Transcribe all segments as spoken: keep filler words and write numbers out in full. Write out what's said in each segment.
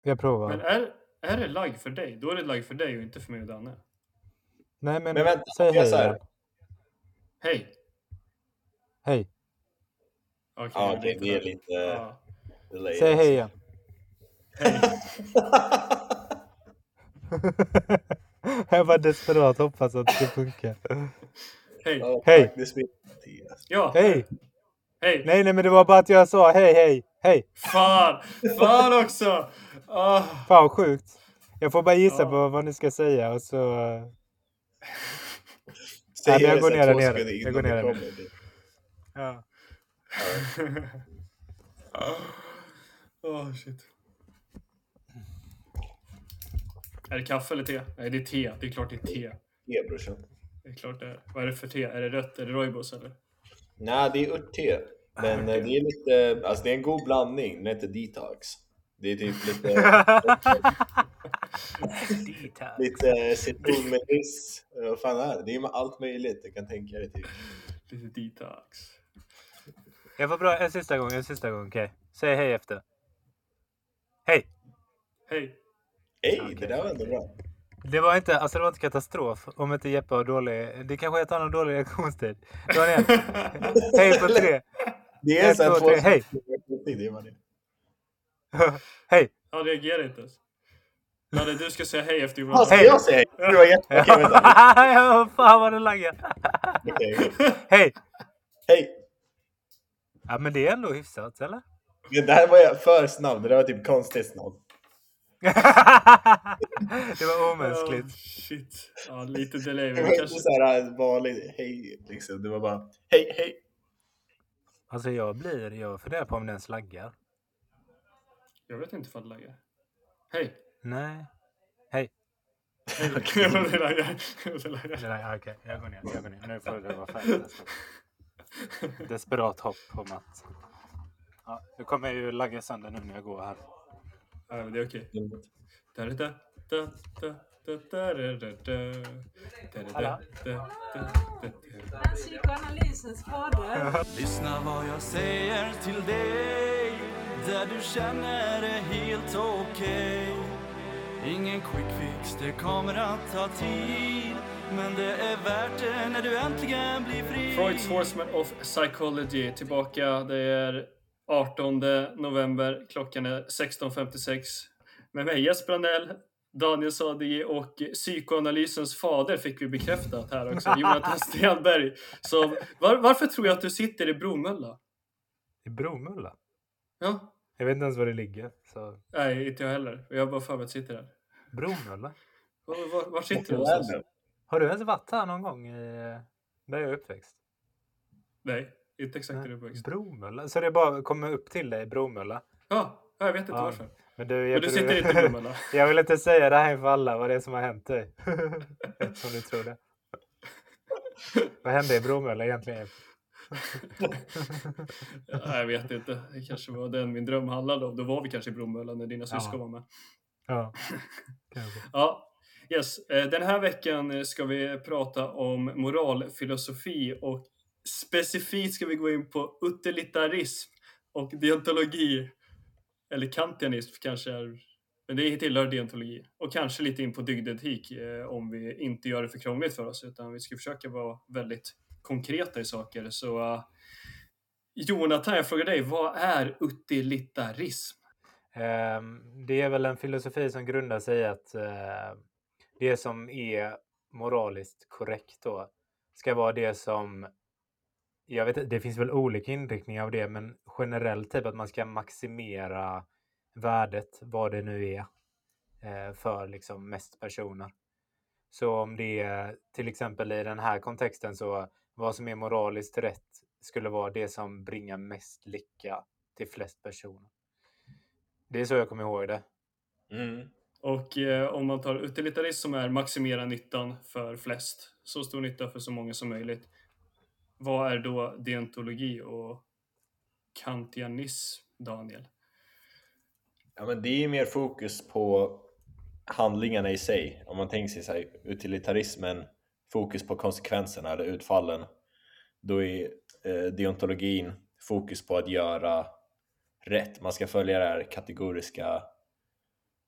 Jag provar. Men är, är det lag för dig? Då är det lag för dig och inte för mig och Danne. Nej, men, Men vänta, säg jag hej så här- igen. Hej. Hej. Okej, Ja, jag okej, byter det är där. lite Ja. delay. Säg hej igen. Hej. Jag var desperat hoppas att det ska funka. Hej. Ja, Hej. tack, det spelar Mattias. Ja. Hej. Hej. Nej, nej, men det var bara att jag sa hej, hej, hej. Fan. Fan också. Ah. Fan vad sjukt. Jag får bara gissa Ja. på vad ni ska säga och så... eh, Säger men jag det går så ner här där två nere. sekunder Jag innan går ner det där kommer. nere. typ. Ja. Åh, shit. Är det kaffe eller te? Nej, det är te. Det är klart det är te. Ja, brorsan. Det är klart det är. Vad är det för te? Är det rött? Är det rooibos eller? Nej, det är örtte. Men Örtte. eh, det är lite, alltså det är en god blandning. Den heter detox. Det är typ lite, Detox. lite citronmeliss. Eh, Vad fan är det? Det är med allt möjligt. Du kan tänka dig typ. Lite detox. Jag får bra en sista gång, en sista gång, okej. Säg hej efter. Hej. Hej. Hej, Okej, det där var ändå okej. bra. Det var inte, alltså det var inte katastrof om inte Jeppe har dålig... Det kanske är att han har dålig reaktionstid. Daniel, hej på tre. Det är Ett, så här två, två tre, hej. sekunder. Det är man det. Hej. Han reagerar inte ens. Danne, du ska säga hej efter Ja, Jonas. ska jag säga hej? Det var jätte... Okej, vänta. Ja, fan vad det laggar. Okej, okej. Hej. Hej. Ja, men det är ändå hyfsat, eller? Det där var jag för snabb. Det där var typ konstigt snabb. Det var omänskligt. Oh, shit. Ja, lite delay. Det Men var vi inte kanske... så här vanligt hej liksom. Det var bara hej, hej. Alltså jag blir, jag funderar på om den slaggar. Jag vet inte ifall det laggar. Hej. Nej. Hej. Hej. Okay. Det laggar. Det laggar. Nej, okej, jag går ner, jag går ner. Nu får det vara färdigt nästan. Desperat hopp om att... Ja, nu kommer jag ju lagga sönder nu när jag går här. Ja, men det är okej. Da, da, da, da, da, da, da, da, da, da. Da, da, da, da, da, da. Psykoanalysens fader. Lyssna vad jag säger till dig, där du känner det helt okej. Ingen quick fix, det kommer att ta tid, men det är värt det när du äntligen blir fri. Freud's Horseman of Psychology tillbaka. Det är artonde november. Klockan är sexton femtiosex. Med mig Jesper Anell, Daniel Sadigi och psykoanalysens fader fick vi bekräftat här också. Jonathan Stenberg. Så var, varför tror jag att du sitter i Bromölla? I Bromölla? Ja. Jag vet inte ens var det ligger. Så... Nej, inte jag heller. Jag har bara för mig att sitta där. Bromölla? Var, var, var sitter du någonstans? Har du ens varit här någon gång i, där jag är uppväxt? Nej, inte exakt där du är uppväxt. Bromölla? Så det bara kommer upp till dig, Bromölla? Ja, jag vet inte Ja. varför. Men du, Men du sitter inte i Bromölla. Jag vill inte säga det här inför alla vad det är som har hänt dig. Som du tror det. Vad hände i Bromölla egentligen? Ja, jag vet inte. Det kanske var den min dröm handlade om. Då var vi kanske i Bromölla när dina syskon Ja. var med. Ja, kanske. Ja, yes. Den här veckan ska vi prata om moralfilosofi och specifikt ska vi gå in på utilitarism och deontologi. Eller kantianism kanske är, men det tillhör deontologi. Och kanske lite in på dygdetik eh, om vi inte gör det för krångligt för oss, utan vi ska försöka vara väldigt konkreta i saker. Så uh, Jonathan, jag frågar dig, vad är utilitarism? Um, det är väl en filosofi som grundar sig i att uh, det som är moraliskt korrekt då ska vara det som, jag vet, det finns väl olika inriktningar av det, men generellt typ att man ska maximera värdet, vad det nu är, uh, för liksom mest personer. Så om det är till exempel i den här kontexten, så vad som är moraliskt rätt skulle vara det som bringar mest lycka till flest personer. Det är så jag kommer ihåg det. Mm. Och eh, om man tar utilitarism som är maximera nyttan för flest, så stor nytta för så många som möjligt. Vad är då deontologi och kantianism, Daniel? Ja, men det är ju mer fokus på handlingarna i sig. Om man tänker sig så här, utilitarismen, fokus på konsekvenserna eller utfallen. Då är eh, deontologin fokus på att göra rätt. Man ska följa det här kategoriska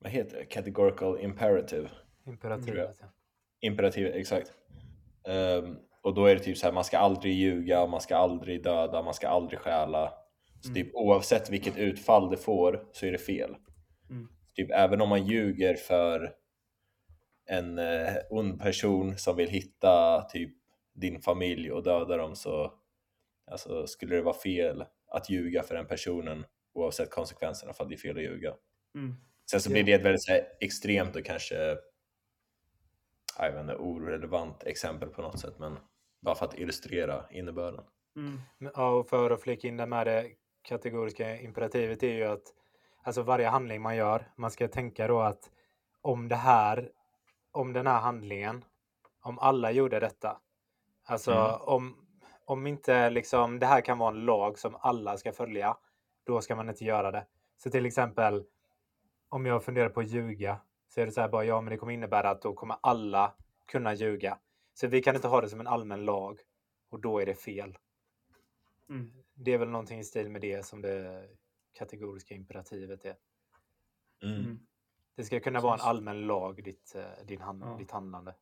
vad heter det? Categorical imperative. Imperativet. Ja. Imperativ, exakt. Um, och då är det typ så här, man ska aldrig ljuga, man ska aldrig döda, man ska aldrig stjäla. Så Mm. typ oavsett vilket utfall det får så är det fel. Mm. Typ även om man ljuger för en eh, ond person som vill hitta typ din familj och döda dem, så alltså, skulle det vara fel att ljuga för den personen oavsett konsekvenserna för att det är fel att ljuga. Mm. Sen så blir det ett väldigt så här, extremt och kanske jag vet inte, orelevant exempel på något sätt, men bara för att illustrera innebörden. Mm. Men, ja, och för att flika in det med det kategoriska imperativet är ju att alltså varje handling man gör, man ska tänka då att om det här, om den här handlingen, om alla gjorde detta, alltså Mm. om, om inte liksom det här kan vara en lag som alla ska följa, då ska man inte göra det. Så till exempel om jag funderar på att ljuga, så är det så här bara, ja men det kommer innebära att då kommer alla kunna ljuga. Så vi kan inte ha det som en allmän lag, och då är det fel. Mm. Det är väl någonting i stil med det som det kategoriska imperativet är. Mm. Mm. Det ska kunna vara en Precis. allmän lag, ditt, eh, din hand, Ja. ditt handlande.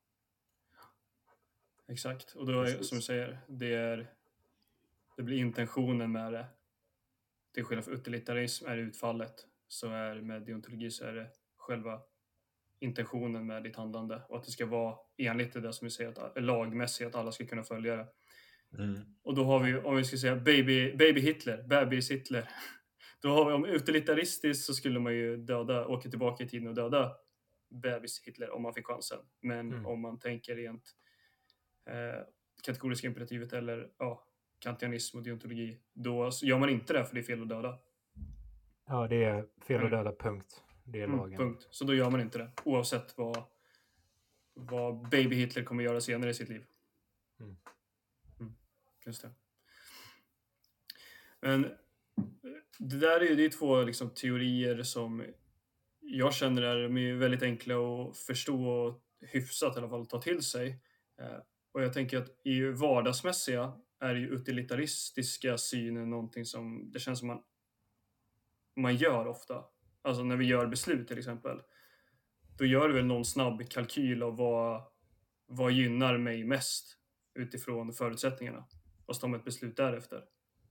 Exakt, och då är Precis. som du säger, det, är, det blir intentionen med det. Till skillnad för utilitarism är det utfallet, så är med deontologi så är det själva intentionen med ditt handlande, och att det ska vara enligt det som vi säger, att lagmässigt att alla ska kunna följa det. Mm. Och då har vi, om vi ska säga baby, baby Hitler, bebis Hitler, då har vi, om utilitaristiskt så skulle man ju döda, åka tillbaka i tiden och döda bebis Hitler om man fick chansen. Men Mm. om man tänker rent eh, kategoriska imperativet eller ja, kantianism och deontologi, då gör man inte det, för det är fel att döda. Ja, det är fel att Mm. döda, punkt. Det är Mm, lagen. punkt. Så då gör man inte det, oavsett vad, vad baby Hitler kommer göra senare i sitt liv. Mm. Mm, just det. Men det där är ju det är två liksom, teorier som jag känner är, de är väldigt enkla att förstå och hyfsat i alla fall ta till sig. Eh, och jag tänker att i vardagsmässiga är ju utilitaristiska synen någonting som det känns som man, man gör ofta. Alltså när vi gör beslut till exempel. Då gör du väl någon snabb kalkyl av vad, vad gynnar mig mest utifrån förutsättningarna. Och så tar man ett beslut därefter.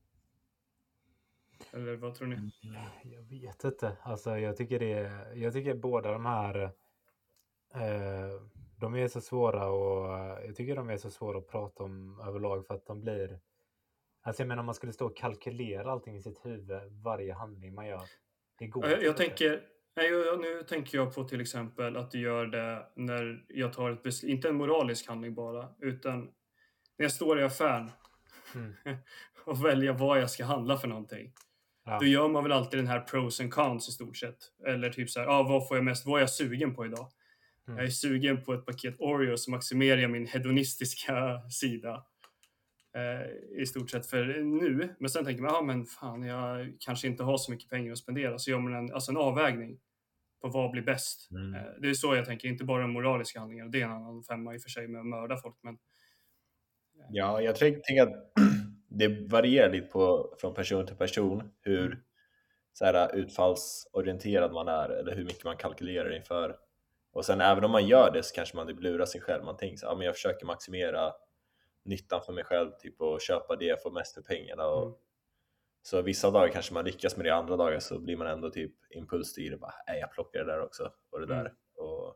Eller vad tror ni? Jag vet inte. Alltså jag tycker det är, jag tycker båda de här eh, de är så svåra, och jag tycker de är så svåra att prata om överlag, för att de blir, alltså jag menar om man skulle stå och kalkylera allting i sitt huvud, varje handling man gör, det går Jag, jag inte. tänker, nej, jag, nu tänker jag på till exempel att du gör det när jag tar ett beslut, inte en moralisk handling bara, utan när jag står i affären Mm. och väljer vad jag ska handla för någonting. Ja. Då gör man väl alltid den här pros and cons i stort sett. Eller typ så här, ah, vad får jag mest, vad är jag sugen på idag? Mm. Jag är sugen på ett paket Oreo, så maximerar jag min hedonistiska sida. Eh, I stort sett för nu. Men sen tänker man, ja ah, men fan, jag kanske inte har så mycket pengar att spendera. Så gör man en, alltså en avvägning på vad blir bäst. Mm. Eh, det är så jag tänker, inte bara moraliska handlingar. Det är en annan femma i och för sig med att mörda folk. Men Ja, jag tänker att det varierar lite på, från person till person hur Mm. så här, utfallsorienterad man är, eller hur mycket man kalkylerar inför. Och sen även om man gör det så kanske man typ lurar sig själv. Man tänker så här, ja, men jag försöker maximera nyttan för mig själv typ, och köpa det jag får mest för pengarna. Och Mm. så vissa dagar kanske man lyckas med det, andra dagar så blir man ändå typ impulsstyrd och bara, nej jag plockar det där också och det där. Mm. Och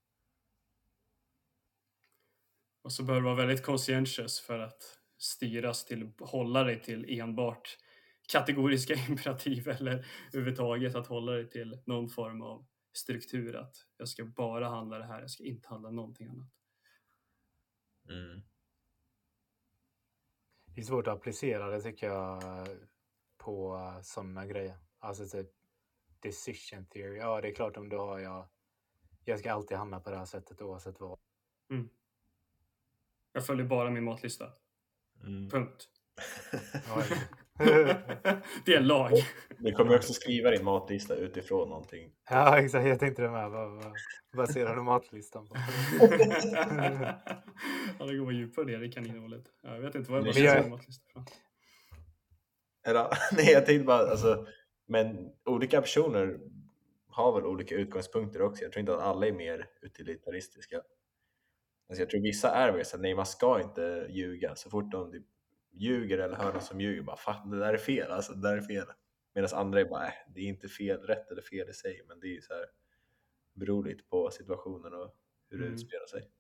Och så behöver du vara väldigt conscientious för att styras till, hålla dig till enbart kategoriska imperativ, eller överhuvudtaget att hålla dig till någon form av struktur, att jag ska bara handla det här, jag ska inte handla någonting annat. mm. Det är svårt att applicera det tycker jag på sådana grejer. Alltså typ decision theory. Ja, det är klart om du har jag, jag ska alltid handla på det här sättet oavsett vad. Mm. Jag följer bara min matlista. Mm. Punkt. Ja, Det är en lag. Du kommer också skriva din matlista utifrån någonting. ja, exakt. Jag tänkte det med. Vad, vad baserar du matlistan på? Ja, det går man djupare ner i kaninhålet. Jag vet inte vad jag Men baserar jag- min matlista på. Eller, nej, jag tänkte bara, alltså, men olika personer har väl olika utgångspunkter också. Jag tror inte att alla är mer utilitaristiska. Alltså jag tror vissa är väl så nej, man ska inte ljuga. Så fort de typ ljuger eller hör någon som ljuger, bara fan, det där är fel, alltså det där är fel. Medan andra är bara, äh, det är inte fel, rätt eller fel i sig, men det är ju så här, beror lite på situationen och hur det Mm. utspelar sig.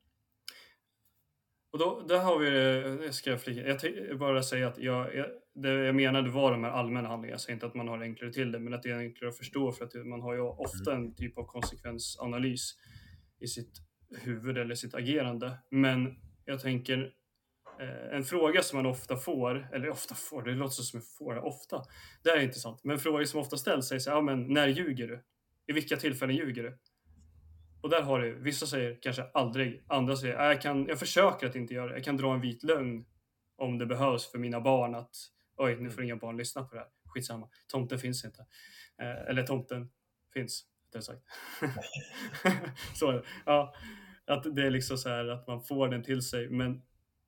Och då, där har vi det, ska jag flika. Jag tänkte bara säga att jag, jag, det jag menade var de här allmänna handlingarna. Jag säger inte att man har enklare till det, men att det är enklare att förstå för att man har ju ofta en typ av konsekvensanalys i sitt huvud eller sitt agerande. Men jag tänker, eh, en fråga som man ofta får, eller ofta får, det låter som jag får det ofta. Det är intressant. Men en fråga som ofta ställs är så här, ja men när ljuger du? I vilka tillfällen ljuger du? Och där har du, vissa säger kanske aldrig, andra säger "Ah, jag, kan, jag försöker att inte göra det. Jag kan dra en vit lögn om det behövs för mina barn att, oj nu får inga barn lyssna på det här, skitsamma, tomten finns inte. Eh, eller tomten finns, det sagt. Så är det. Ja, att det är liksom så här att man får den till sig, men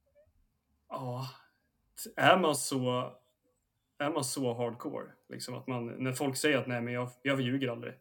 ja, är man så, är man så hardcore, liksom att man, när folk säger att nej men jag, jag ljuger aldrig.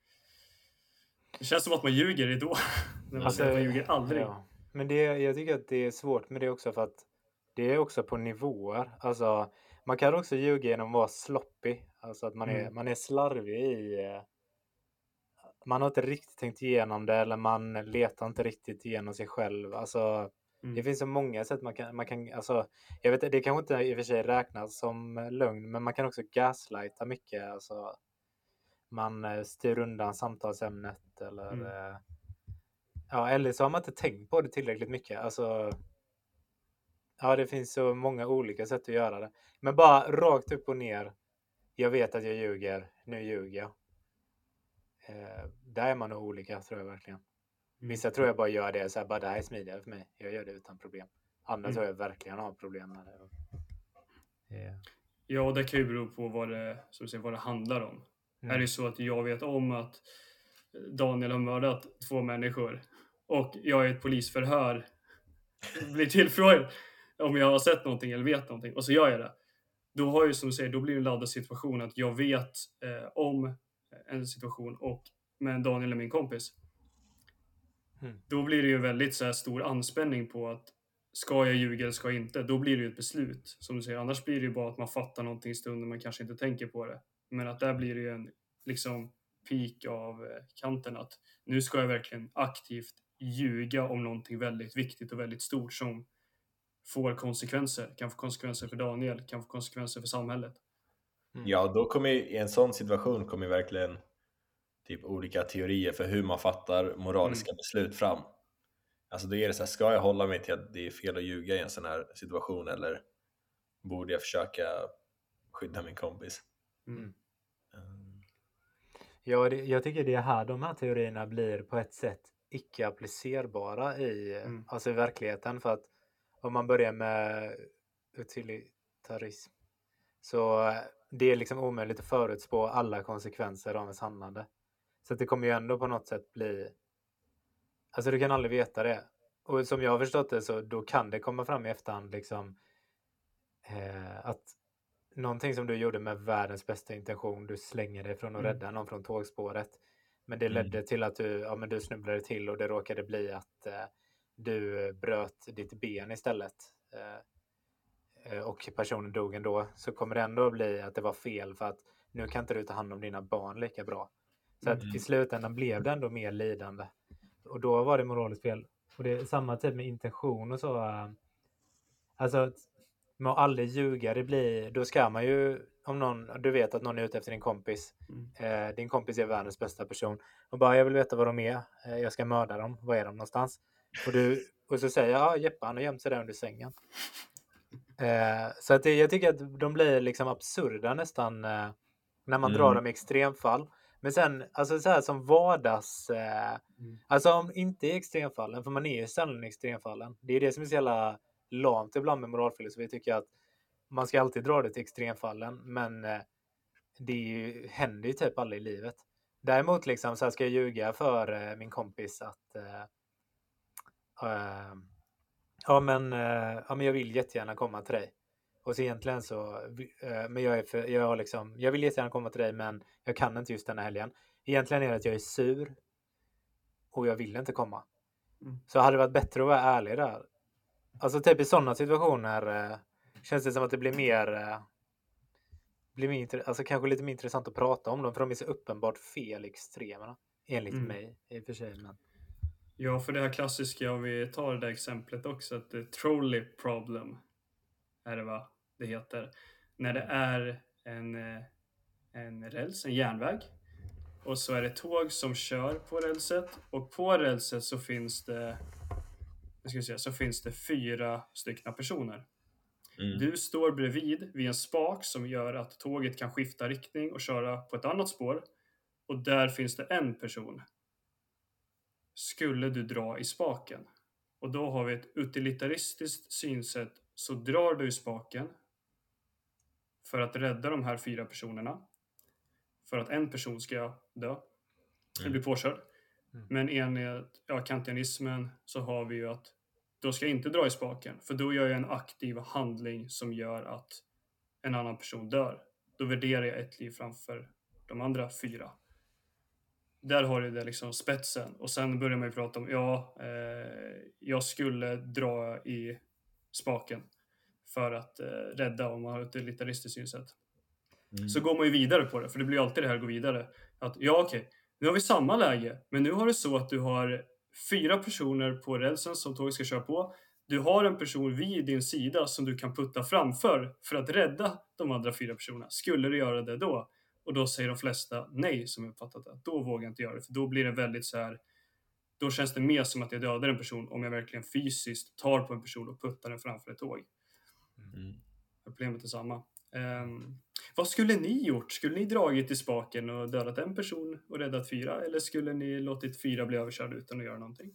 Det känns som att man ljuger i då. När man Alltså, säger att man ljuger aldrig. Ja. Men det, jag tycker att det är svårt med det också för att det är också på nivåer. Alltså, man kan också ljuga genom att vara sloppy. Alltså att man är, Mm. man är slarvig i... eh, Man har inte riktigt tänkt igenom det eller man letar inte riktigt igenom sig själv. Alltså, Mm. det finns så många sätt man kan... Man kan alltså, jag vet, det kanske inte i och för sig räknas som lögn, men man kan också gaslighta mycket. Alltså, man eh, styr undan samtalsämnet eller... Mm. eh, Ja, eller så har man inte tänkt på det tillräckligt mycket. Alltså, ja, det finns så många olika sätt att göra det. Men bara rakt upp och ner. Jag vet att jag ljuger. Nu ljuger jag. Eh, där är man nog olika, tror jag verkligen. Vissa tror jag bara gör det så här, bara det här är smidigare för mig. Jag gör det utan problem. Andra Mm. tror jag verkligen har problem med det. Yeah. Ja, och det kan ju bero på vad det, som säger, vad det handlar om. Mm. Är det så att jag vet om att Daniel har mördat två människor och jag i ett polisförhör blir tillfrågad om jag har sett någonting eller vet någonting och så gör jag det. Då har ju som du säger, då blir det en laddad situation att jag vet eh, om en situation och med Daniel är min kompis. Mm. Då blir det ju väldigt så här, stor anspänning på att ska jag ljuga eller ska jag inte? Då blir det ju ett beslut. Som du säger, annars blir det ju bara att man fattar någonting i stunden man kanske inte tänker på det. Men att där blir det ju en liksom peak av eh, kanten att nu ska jag verkligen aktivt ljuga om någonting väldigt viktigt och väldigt stort som får konsekvenser. Kan få konsekvenser för Daniel, kan få konsekvenser för samhället. Mm. Ja, då kommer ju, i en sån situation kommer ju verkligen typ olika teorier för hur man fattar moraliska Mm. beslut fram. Alltså då är det så här, ska jag hålla mig till att det är fel att ljuga i en sån här situation eller borde jag försöka skydda min kompis? Mm. Um, Ja, det, jag tycker det är här de här teorierna blir på ett sätt icke applicerbara i, Mm. alltså i verkligheten. För att om man börjar med utilitarism så eh, det är liksom omöjligt att förutspå alla konsekvenser av ens handlande. Så att det kommer ju ändå på något sätt bli, alltså du kan aldrig veta det. Och som jag har förstått det så då kan det komma fram i efterhand liksom eh, att någonting som du gjorde med världens bästa intention, du slänger dig från att Mm. rädda någon från tågspåret. Men det Mm. ledde till att du, ja, men du snubblade till och det råkade bli att eh, du bröt ditt ben istället. Eh, eh, och personen dog ändå. Så kommer det ändå bli att det var fel för att nu kan inte du ta hand om dina barn lika bra. Så att Mm. i slutändan blev det ändå mer lidande. Och då var det moraliskt fel. Och det är samma typ med intention och så. eh, Alltså med att aldrig ljuga, det blir, då ska man ju, om någon, du vet att någon är ute efter din kompis, Mm. eh, din kompis är världens bästa person, och bara jag vill veta vad de är, eh, jag ska mörda dem, var är de någonstans? Och, du, och så säger jag, ja Jeppe han har gömt sig där under sängen. Eh, så att det, jag tycker att de blir liksom absurda nästan eh, när man Mm. drar dem i extremfall. Men sen, alltså så här som vardags, eh, Mm. alltså om inte i extremfallen, för man är ju sällan i extremfallen, det är det som är så jävla lamt ibland med moralfilosofi, tycker jag att man ska alltid dra det till extremfallen, men eh, det är ju, händer ju typ aldrig i livet. Däremot liksom så här, ska jag ljuga för eh, min kompis att eh, eh, ja, men, eh, ja men jag vill jättegärna komma till dig. Och så egentligen så, eh, men jag är för, jag har liksom, jag vill jättegärna komma till dig men jag kan inte just den här helgen. egentligen är det att jag är sur och jag vill inte komma. Mm. Så hade det varit bättre att vara ärlig där. Alltså typ i sådana situationer eh, känns det som att det blir mer, eh, blir mer intre- alltså kanske lite mer intressant att prata om dem, för de är så uppenbart fel extremerna. Enligt Mm. mig i och för sig. Men... Ja, för det här klassiska, om vi tar det där exemplet också, att det trolley problem är det va det heter. När det är en, eh, en räls, en järnväg, och så är det tåg som kör på rälset, och på rälset så finns det, jag ska säga, så finns det fyra stycken personer. Mm. Du står bredvid vid en spak som gör att tåget kan skifta riktning och köra på ett annat spår, och där finns det en person. Skulle du dra i spaken, och då har vi ett utilitaristiskt synsätt, så drar du i spaken för att rädda de här fyra personerna, för att en person ska dö eller bli påkörd. Mm. Men enligt ja, kantianismen så har vi ju att då ska jag inte dra i spaken, för då gör jag en aktiv handling som gör att en annan person dör. Då värderar jag ett liv framför de andra fyra. Där har du det liksom spetsen. Och sen börjar man ju prata om, ja, eh, jag skulle dra i spaken för att eh, rädda, om man har ett utilitaristiskt synsätt. Mm. Så går man ju vidare på det, för det blir alltid det här att gå vidare. Att ja, okej, nu har vi samma läge, men nu har det så att du har fyra personer på rälsen som tåget ska köra på. Du har en person vid din sida som du kan putta framför för att rädda de andra fyra personerna. Skulle du göra det då? Och då säger de flesta nej, som jag uppfattat det. Då vågar jag inte göra det, för då blir det väldigt så här. Då känns det mer som att jag dödar en person om jag verkligen fysiskt tar på en person och puttar den framför ett tåg. Mm. Problemet är samma. Um, vad skulle ni gjort? Skulle ni dragit i spaken och dödat en person och räddat fyra? Eller skulle ni låtit fyra bli överkörda utan att göra någonting?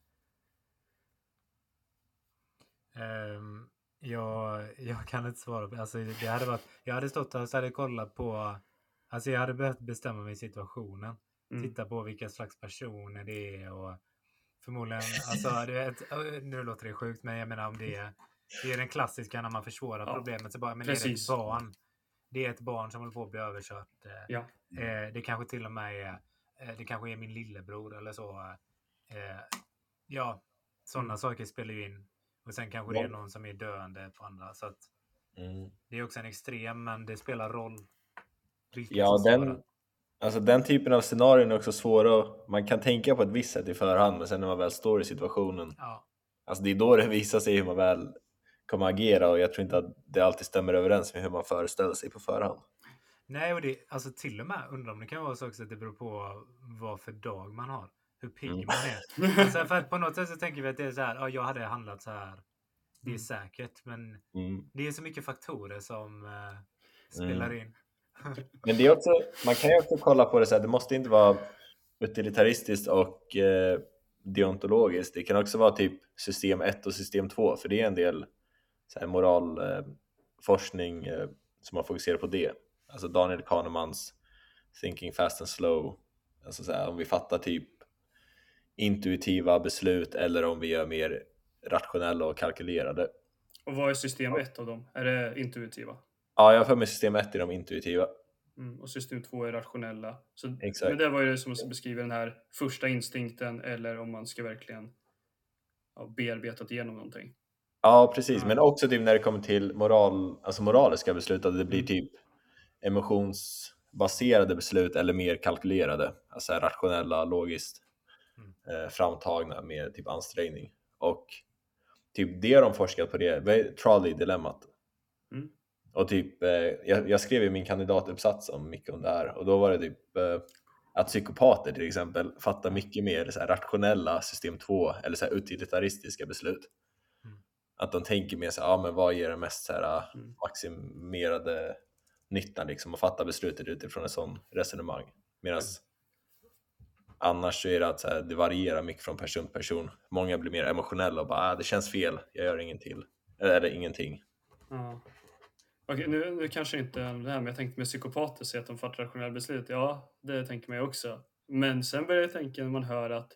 Um, jag, jag kan inte svara på. Alltså, det hade varit, jag hade stått här och så hade kollat på. Alltså jag hade behövt bestämma mig i situationen. Mm. Titta på vilka slags personer det är och förmodligen, alltså du vet, nu låter det sjukt, men jag menar om det är, det är den klassiska när man försvårar Ja, problemet så bara, men precis. är det ett barn? Det är ett barn som håller på att bli överkört. eh, Ja. eh, det kanske till och med är, eh, det kanske är min lillebror eller så. Eh, ja, sådana Mm. saker spelar ju in. Och sen kanske Ja. det är någon som är döende på andra. Så att Mm. det är också en extrem, men det spelar roll. vilka Ja, som står den, där. alltså den typen av scenarion är också svåra. och Man kan tänka på ett visst sätt i förhand, men sen när man väl står i situationen, Ja. alltså det är då det visar sig hur man väl kommer agera, och jag tror inte att det alltid stämmer överens med hur man föreställer sig på förhand. Nej, och det, alltså till och med undrar om det kan vara så också att det beror på vad för dag man har. Hur pigg Mm. man är. Alltså för att på något sätt så tänker vi att det är så här, ja, jag hade handlat så här. Det är Mm. säkert, men Mm. det är så mycket faktorer som eh, spelar Mm. in. Men det är också, man kan ju också kolla på det så här, det måste inte vara utilitaristiskt och eh, deontologiskt. Det kan också vara typ system ett och system två, för det är en del så här, moral eh, forskning eh, som har fokuserat på det. Alltså Daniel Kahnemans Thinking Fast and Slow. Alltså så här, om vi fattar typ intuitiva beslut eller om vi gör mer rationella och kalkylerade. Och vad är system ett av dem? Är det intuitiva? Ja, jag har för mig system ett är de intuitiva. Mm. Och system två är rationella. Så, Exakt. men det var ju det som beskriver den här första instinkten, eller om man ska verkligen ja, bearbetat igenom någonting. Ja, precis. Ja. Men också typ när det kommer till moral, alltså moraliska beslut, att det blir Mm. typ emotionsbaserade beslut eller mer kalkylerade, alltså rationella, logiskt Mm. eh, framtagna med typ ansträngning. Och typ det de forskat på det, trolley-dilemmat. Mm. Och typ, eh, jag, jag skrev ju min kandidatuppsats om mycket om det här, och då var det typ eh, att psykopater till exempel fattar mycket mer så här rationella system två eller så här utilitaristiska beslut. Mm. Att de tänker mer så här, ja men vad ger det mest så här Mm. maximerade nytta liksom, och fatta beslutet utifrån ett sån resonemang. Medan annars så är det att så här, det varierar mycket från person till person. Många blir mer emotionella och bara, ah, det känns fel, jag gör ingenting till. Eller ingenting. Ja. Okej, nu, nu kanske inte det här, men jag tänkte med psykopater så att de fattar rationella beslut. Ja, det tänker man ju också. Men sen börjar jag tänka när man hör att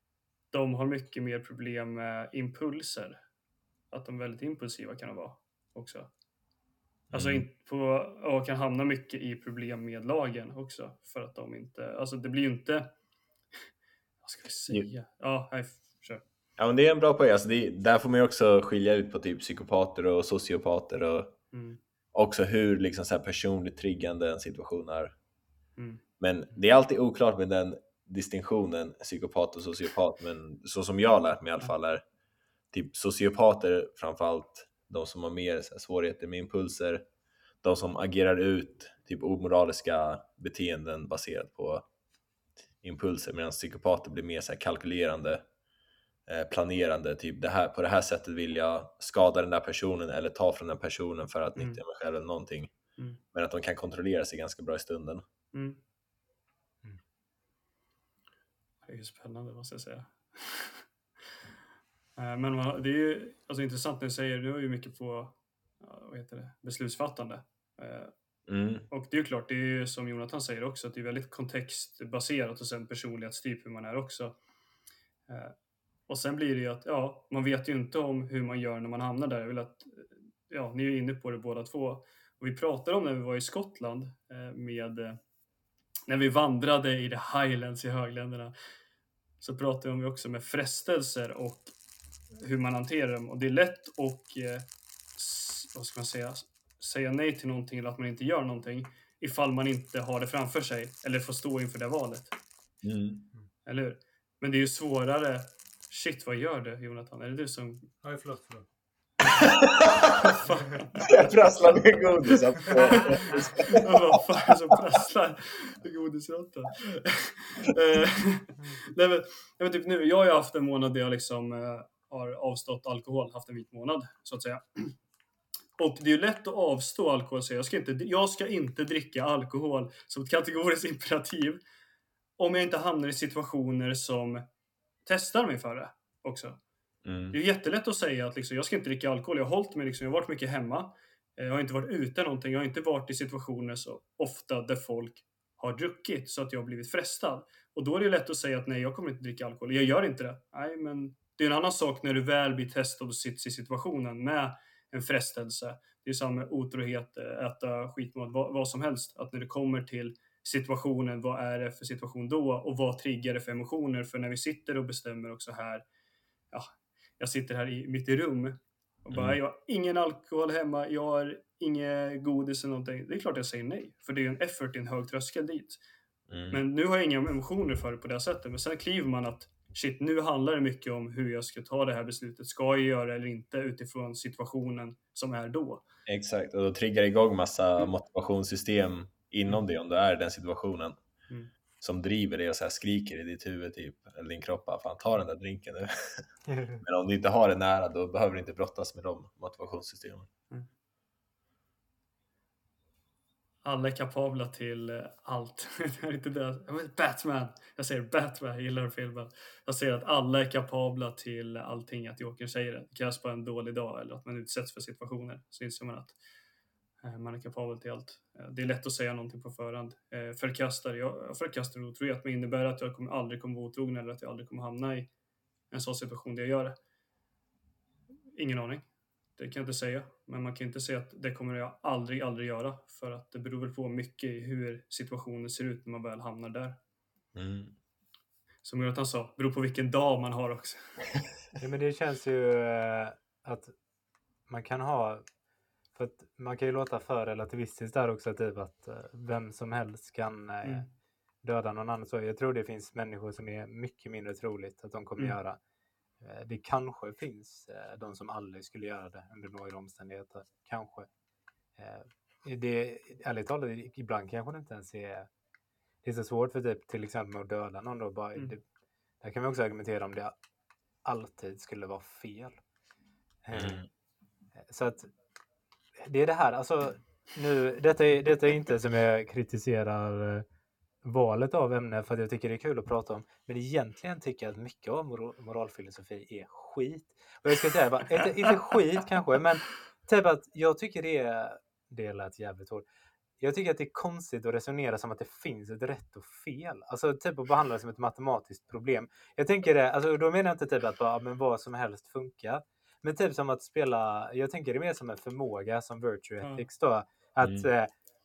de har mycket mer problem med impulser. Att de är väldigt impulsiva kan de vara också. Alltså Mm. inte på, och kan hamna mycket i problem med lagen också. För att de inte, alltså det blir ju inte, vad ska vi säga? Ja, nej, kör. Ja, men det är en bra poäng. Alltså det, där får man ju också skilja ut på typ psykopater och sociopater och Mm. också hur liksom så här personligt triggande en situation är. Mm. Men det är alltid oklart med den distinktionen psykopat och sociopat, men så som jag har lärt mig i alla fall är typ sociopater framförallt de som har mer så här svårigheter med impulser, de som agerar ut typ omoraliska beteenden baserat på impulser, medan psykopater blir mer så här kalkylerande, eh, planerande, typ det här, på det här sättet vill jag skada den där personen eller ta från den personen för att Mm. nyttja mig själv eller någonting. Mm. Men att de kan kontrollera sig ganska bra i stunden. Mm. Mm. Det är ju spännande, måste jag säga. Eh, Men man- det är ju alltså, intressant när du säger, du har ju mycket på ja, vad heter det, beslutsfattande. Eh, Mm. Och det är ju klart, det är ju som Jonathan säger också, att det är väldigt kontextbaserat och sen personlighetstyp hur man är också. Eh, Och sen blir det ju att, ja, man vet ju inte om hur man gör när man hamnar där. Jag vill att, ja, ni är ju inne på det båda två. Och vi pratade om när vi var i Skottland eh, med, eh, när vi vandrade i the Highlands i högländerna. Så pratade vi också med frestelser och hur man hanterar dem. Och det är lätt att, eh, s- vad ska man säga, säga nej till någonting eller att man inte gör någonting ifall man inte har det framför sig eller får stå inför det valet. Mm. Eller hur? Men det är ju svårare. Shit, vad gör du, Jonathan? Är det du som... Oj, förlåt, förlåt. Jag prasslar med godis. Vad fan är det som prasslar i godisråttan? Eh, Nej men, jag vet typ nu, jag har ju haft en månad där jag liksom eh, har avstått alkohol, haft en vit månad så att säga. Och det är ju lätt att avstå alkohol, så jag ska inte, jag ska inte dricka alkohol som ett kategoriskt imperativ om jag inte hamnar i situationer som testar mig för det också. Mm. Det är jättelätt att säga att liksom, jag ska inte dricka alkohol. Jag har hållit mig, liksom, jag har varit mycket hemma. Eh, Jag har inte varit ute någonting. Jag har inte varit i situationer så ofta där folk har druckit så att jag har blivit frestad. Och då är det lätt att säga att nej, jag kommer inte dricka alkohol. Jag gör inte det. Nej, men det är en annan sak när du väl blir testad och sits i situationen med en frestelse. Det är samma med otrohet, äta skitmat, vad, vad som helst. Att när det kommer till situationen, vad är det för situation då? Och vad triggar det för emotioner? För när vi sitter och bestämmer också här, ja, jag sitter här i mitt rum och bara, Mm. jag har ingen alkohol hemma, jag har inget godis eller någonting. Det är klart jag säger nej, för det är en effort, en hög tröskel dit. Mm. Men nu har jag inga emotioner för det på det sättet. Men sen kliver man att, shit, nu handlar det mycket om hur jag ska ta det här beslutet. Ska jag göra det eller inte utifrån situationen som är då? Exakt, och då triggar det igång massa Mm. motivationssystem inom det om du är i den situationen. Mm. Som driver dig och så här skriker i ditt huvud typ, eller din kropp, bara, fan ta den där drinken nu. Men om du inte har det nära, då behöver du inte brottas med de motivationssystemen. Alla är kapabla till eh, allt. Det är inte det. Jag vet, Batman. Jag säger Batman, jag gillar filmen. Jag säger att alla är kapabla till allting, att Joker säger det. Det krävs bara en dålig dag eller att man utsätts för situationer. Så inser man att eh, man är kapabel till allt. Eh, Det är lätt att säga någonting på förhand. Eh, Förkastar, jag jag förkastar otrohet, men innebär att jag kommer, aldrig kommer vara otrogen eller att jag aldrig kommer hamna i en sån situation där jag gör det. Ingen aning. Det kan jag inte säga. Men man kan inte säga att det kommer jag aldrig, aldrig göra. För att det beror väl på mycket i hur situationen ser ut när man väl hamnar där. Mm. Som Jonathan sa, beror på vilken dag man har också. Ja, men det känns ju eh, att man kan ha, för att man kan ju låta för relativistiskt där också, typ att eh, vem som helst kan eh, Mm. döda någon annan. Så jag tror det finns människor som är mycket mindre troligt att de kommer Mm. göra. Eh, det kanske finns eh, de som aldrig skulle göra det under några omständigheter. Kanske. Eh, det, ärligt talat, ibland kanske det inte ens är, det är så svårt för typ till exempel att döda någon då. Bara, Mm. det, där kan vi också argumentera om det alltid skulle vara fel. Eh, Mm. Så att det är det här, alltså nu, detta är, detta är inte som jag kritiserar eh, valet av ämne för att jag tycker det är kul att prata om, men egentligen tycker jag att mycket av moral, moralfilosofi är skit. Och jag ska säga, bara, inte, inte skit kanske, men typ att jag tycker det är, det lät jävligt hårt. Jag tycker att det är konstigt att resonera som att det finns ett rätt och fel. Alltså typ att behandla det som ett matematiskt problem. Jag tänker det, alltså då menar jag inte typ att bara, men vad som helst funkar. Men typ som att spela, jag tänker det mer som en förmåga som virtue Ja. ethics då. Att Mm. eh,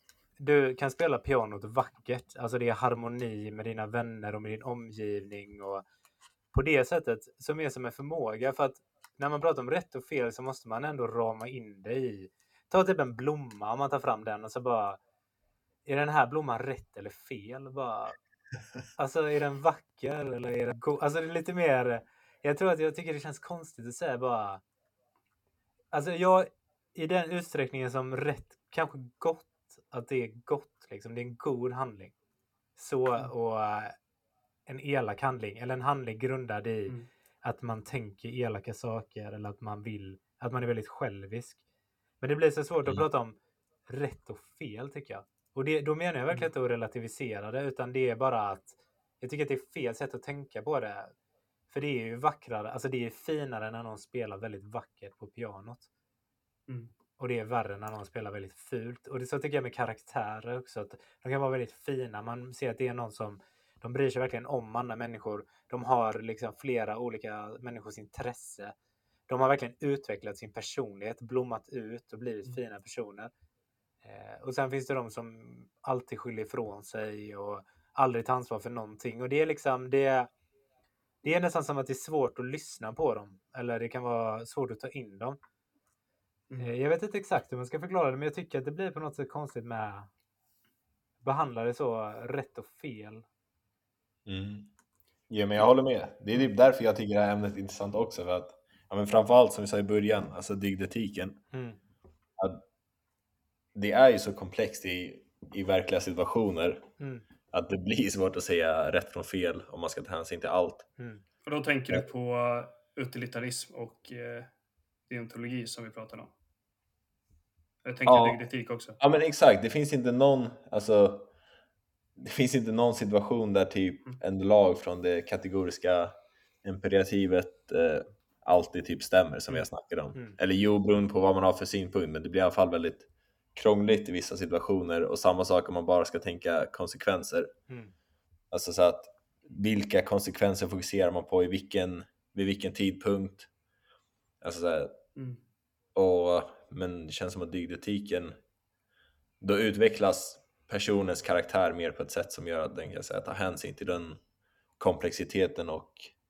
du kan spela pianot vackert. Alltså det är harmoni med dina vänner och med din omgivning. Och på det sättet som är som en förmåga. För att när man pratar om rätt och fel så måste man ändå rama in det i. Ta typ en blomma om man tar fram den och så bara. Är den här blomman rätt eller fel? Bara, alltså är den vacker eller är den god? Alltså det är lite mer. Jag tror att jag tycker det känns konstigt att säga bara. Alltså jag i den utsträckningen som rätt kanske gott. Att det är gott liksom. Det är en god handling. Så och uh, en elak handling. Eller en handling grundad i Mm. att man tänker elaka saker. Eller att man vill. Att man är väldigt självisk. Men det blir så svårt Mm. att prata om rätt och fel tycker jag. Och det, då menar jag verkligen inte att relativisera det. Utan det är bara att. Jag tycker att det är fel sätt att tänka på det. För det är ju vackrare. Alltså det är finare när någon spelar väldigt vackert på pianot. Mm. Och det är värre när någon spelar väldigt fult. Och det så tycker jag med karaktärer också. Att de kan vara väldigt fina. Man ser att det är någon som. De bryr sig verkligen om andra människor. De har liksom flera olika människors intresse. De har verkligen utvecklat sin personlighet. Blommat ut och blivit Mm. fina personer. Eh, och sen finns det de som alltid skyller ifrån sig. Och aldrig tar ansvar för någonting. Och det är liksom. Det, det är nästan som att det är svårt att lyssna på dem. Eller det kan vara svårt att ta in dem. Mm. Eh, jag vet inte exakt hur man ska förklara det. Men jag tycker att det blir på något sätt konstigt med. Behandla det så rätt och fel. Mm. Ja, men jag håller med. Det är typ därför jag tycker det här ämnet är intressant också. För att, ja, men framförallt som vi sa i början, alltså dygdetiken. Mm. Att det är ju så komplext i, i verkliga situationer. Mm. Att det blir svårt att säga rätt från fel om man ska ta hänsyn till allt. Mm. Och då tänker du på utilitarism och eh, deontologi som vi pratade om. Jag tänker Ja. dygdetik också. Ja, men exakt. Det finns inte någon, alltså, det finns inte någon situation där typ Mm. en lag från det kategoriska imperativet eh, alltid typ stämmer som vi har snackat om. Mm. Eller jo, beroende på vad man har för synpunkt, men det blir i alla fall väldigt krångligt i vissa situationer. Och samma sak om man bara ska tänka konsekvenser. Mm. Alltså så att vilka konsekvenser fokuserar man på i vilken, vid vilken tidpunkt. Alltså så här, Mm. och, men det känns som att dygdetiken, då utvecklas personens karaktär mer på ett sätt som gör att den kan säga, ta hänsyn till den komplexiteten och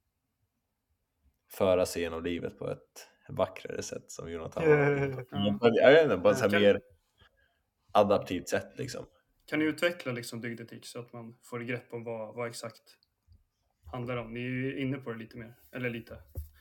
föra sig genom livet på ett vackrare sätt som Jonathan var inne på. Ja. Jag vet inte, bara så här Kan- mer adaptivt sätt liksom. Kan ni utveckla liksom dygdetik så att man får ett grepp om vad, vad exakt handlar om? Ni är ju inne på det lite mer. Eller lite.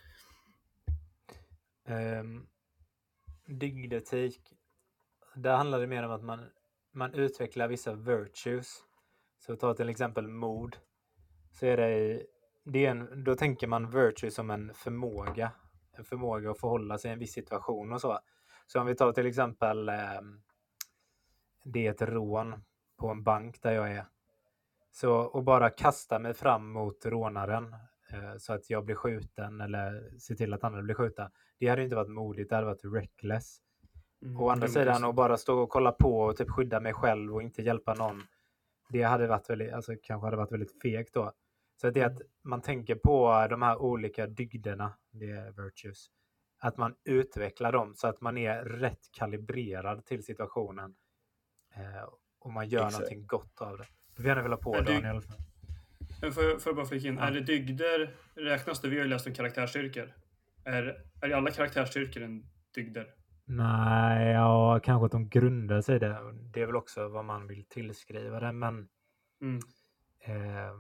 Um, dygdetik. Där handlar det mer om att man, man utvecklar vissa virtues. Så ta till exempel mod. Så är det, i- det är en, då tänker man virtue som en förmåga. En förmåga att förhålla sig i en viss situation och så. Så om vi tar till exempel um, det är ett rån på en bank där jag är. Så och bara kasta mig fram mot rånaren eh, så att jag blir skjuten eller se till att andra blir skjutna. Det hade ju inte varit modigt, det hade varit reckless. Mm. Å andra Dumt sidan också. att bara stå och kolla på och typ skydda mig själv och inte hjälpa någon. Det hade varit väldigt, alltså kanske hade varit väldigt fegt då. Så det är att man tänker på de här olika dygderna, det är virtues. Att man utvecklar dem så att man är rätt kalibrerad till situationen. Eh, och man gör Exakt. någonting gott av det. Du får gärna vilja på Men du- Daniel. Men får jag, får jag bara flika in, Ja. är det dygder, räknas det? Vi har ju läst om karaktärsstyrkor. Är, är alla karaktärsstyrkor en dygder? Nej, ja, kanske att de grundar sig i det. Det är väl också vad man vill tillskriva det, men Mm. eh,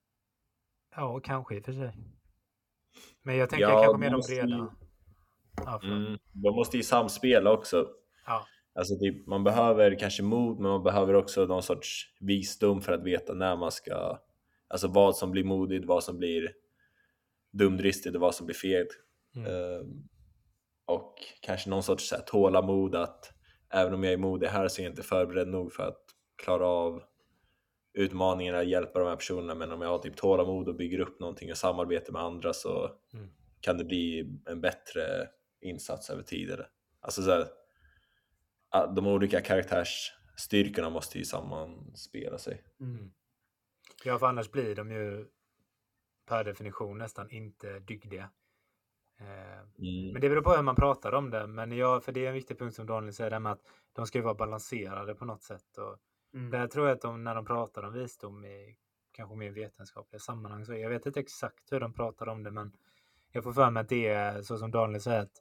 ja, kanske i och för sig. Men jag tänker Ja, kanske de mer de måste ju- breda. Ja, förlåt. Mm, de måste ju samspela också. Ja. Alltså typ, man behöver kanske mod, men man behöver också någon sorts visdom för att veta när man ska, alltså vad som blir modigt, vad som blir dumdristigt och vad som blir fegt. Mm. Ehm, och kanske någon sorts så här, tålamod att även om jag är modig här så är jag inte förberedd nog för att klara av utmaningarna, hjälpa de här personerna. Men om jag har typ tålamod och bygger upp någonting och samarbetar med andra så Mm. kan det bli en bättre insats över tid. Eller? Alltså så här, att de olika karaktärsstyrkorna måste ju sammanspela sig. Mm. Ja, för annars blir de ju per definition nästan inte dygdiga. Eh, Mm. Men det beror på hur man pratar om det. Men ja, för det är en viktig punkt som Daniel säger, det med att de ska ju vara balanserade på något sätt. Och Mm. där tror jag att de, när de pratar om visdom i kanske mer vetenskapliga sammanhang, så jag vet inte exakt hur de pratar om det, men jag får för mig att det är så som Daniel säger, att